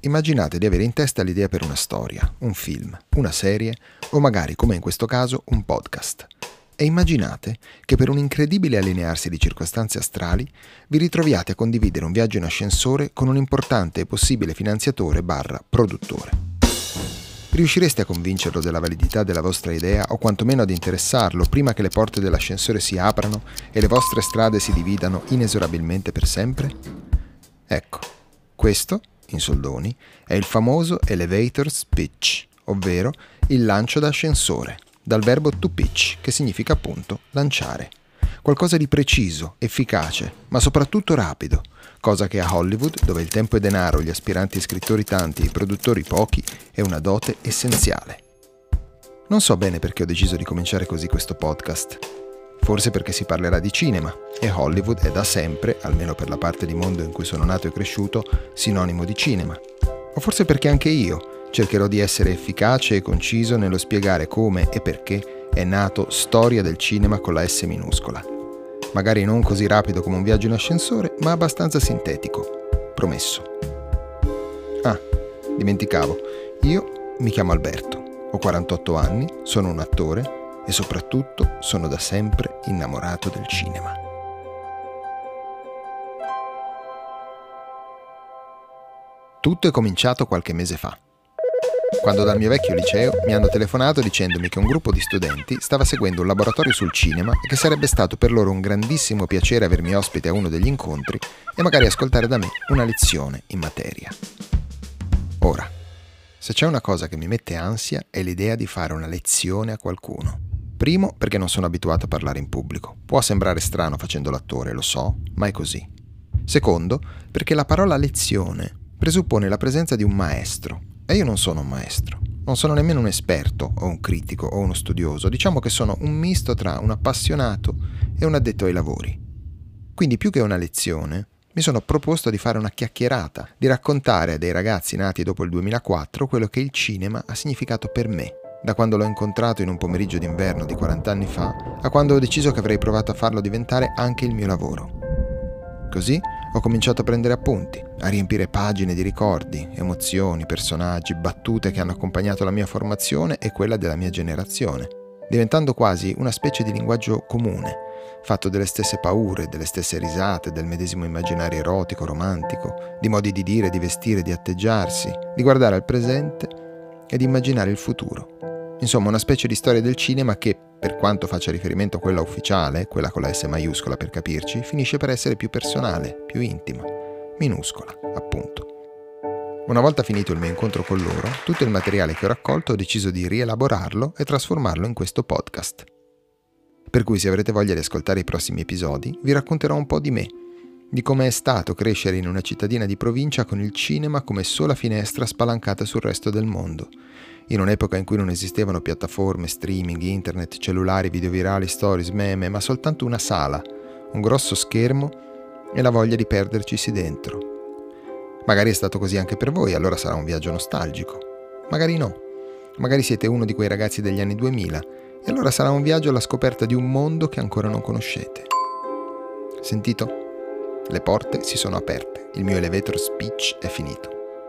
immaginate di avere in testa l'idea per una storia, un film, una serie o magari, come in questo caso, un podcast. E immaginate che per un incredibile allinearsi di circostanze astrali vi ritroviate a condividere un viaggio in ascensore con un importante e possibile finanziatore / produttore. Riuscireste a convincerlo della validità della vostra idea o quantomeno ad interessarlo prima che le porte dell'ascensore si aprano e le vostre strade si dividano inesorabilmente per sempre? Ecco, questo, in soldoni, è il famoso elevator's pitch, ovvero il lancio da ascensore, dal verbo to pitch, che significa appunto lanciare. Qualcosa di preciso, efficace, ma soprattutto rapido, cosa che a Hollywood, dove il tempo è denaro, gli aspiranti scrittori tanti e i produttori pochi, è una dote essenziale. Non so bene perché ho deciso di cominciare così questo podcast. Forse perché si parlerà di cinema, e Hollywood è da sempre, almeno per la parte di mondo in cui sono nato e cresciuto, sinonimo di cinema. O forse perché anche io cercherò di essere efficace e conciso nello spiegare come e perché è nato Storia del cinema con la S minuscola. Magari non così rapido come un viaggio in ascensore, ma abbastanza sintetico. Promesso. Ah, dimenticavo. Io mi chiamo Alberto, ho 48 anni, sono un attore e soprattutto sono da sempre innamorato del cinema. Tutto è cominciato qualche mese fa, quando dal mio vecchio liceo mi hanno telefonato dicendomi che un gruppo di studenti stava seguendo un laboratorio sul cinema e che sarebbe stato per loro un grandissimo piacere avermi ospite a uno degli incontri e magari ascoltare da me una lezione in materia. Ora, se c'è una cosa che mi mette ansia è l'idea di fare una lezione a qualcuno. Primo, perché non sono abituato a parlare in pubblico. Può sembrare strano facendo l'attore, lo so, ma è così. Secondo, perché la parola lezione presuppone la presenza di un maestro. E io non sono un maestro, non sono nemmeno un esperto o un critico o uno studioso, diciamo che sono un misto tra un appassionato e un addetto ai lavori. Quindi più che una lezione, mi sono proposto di fare una chiacchierata, di raccontare a dei ragazzi nati dopo il 2004 quello che il cinema ha significato per me, da quando l'ho incontrato in un pomeriggio d'inverno di 40 anni fa, a quando ho deciso che avrei provato a farlo diventare anche il mio lavoro. Così ho cominciato a prendere appunti, a riempire pagine di ricordi, emozioni, personaggi, battute che hanno accompagnato la mia formazione e quella della mia generazione, diventando quasi una specie di linguaggio comune, fatto delle stesse paure, delle stesse risate, del medesimo immaginario erotico, romantico, di modi di dire, di vestire, di atteggiarsi, di guardare al presente e di immaginare il futuro. Insomma, una specie di storia del cinema che, per quanto faccia riferimento a quella ufficiale, quella con la S maiuscola per capirci, finisce per essere più personale, più intima, minuscola, appunto. Una volta finito il mio incontro con loro, tutto il materiale che ho raccolto ho deciso di rielaborarlo e trasformarlo in questo podcast. Per cui se avrete voglia di ascoltare i prossimi episodi, vi racconterò un po' di me, di come è stato crescere in una cittadina di provincia con il cinema come sola finestra spalancata sul resto del mondo, in un'epoca in cui non esistevano piattaforme, streaming, internet, cellulari, video virali, stories, meme, ma soltanto una sala, un grosso schermo e la voglia di perdercisi dentro. Magari è stato così anche per voi, allora sarà un viaggio nostalgico. Magari no. Magari siete uno di quei ragazzi degli anni 2000 e allora sarà un viaggio alla scoperta di un mondo che ancora non conoscete. Sentito? Le porte si sono aperte, il mio elevator speech è finito.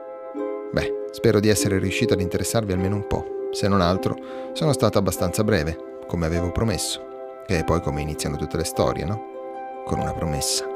Beh, spero di essere riuscito ad interessarvi almeno un po'. Se non altro, sono stato abbastanza breve, come avevo promesso. Che è poi come iniziano tutte le storie, no? Con una promessa.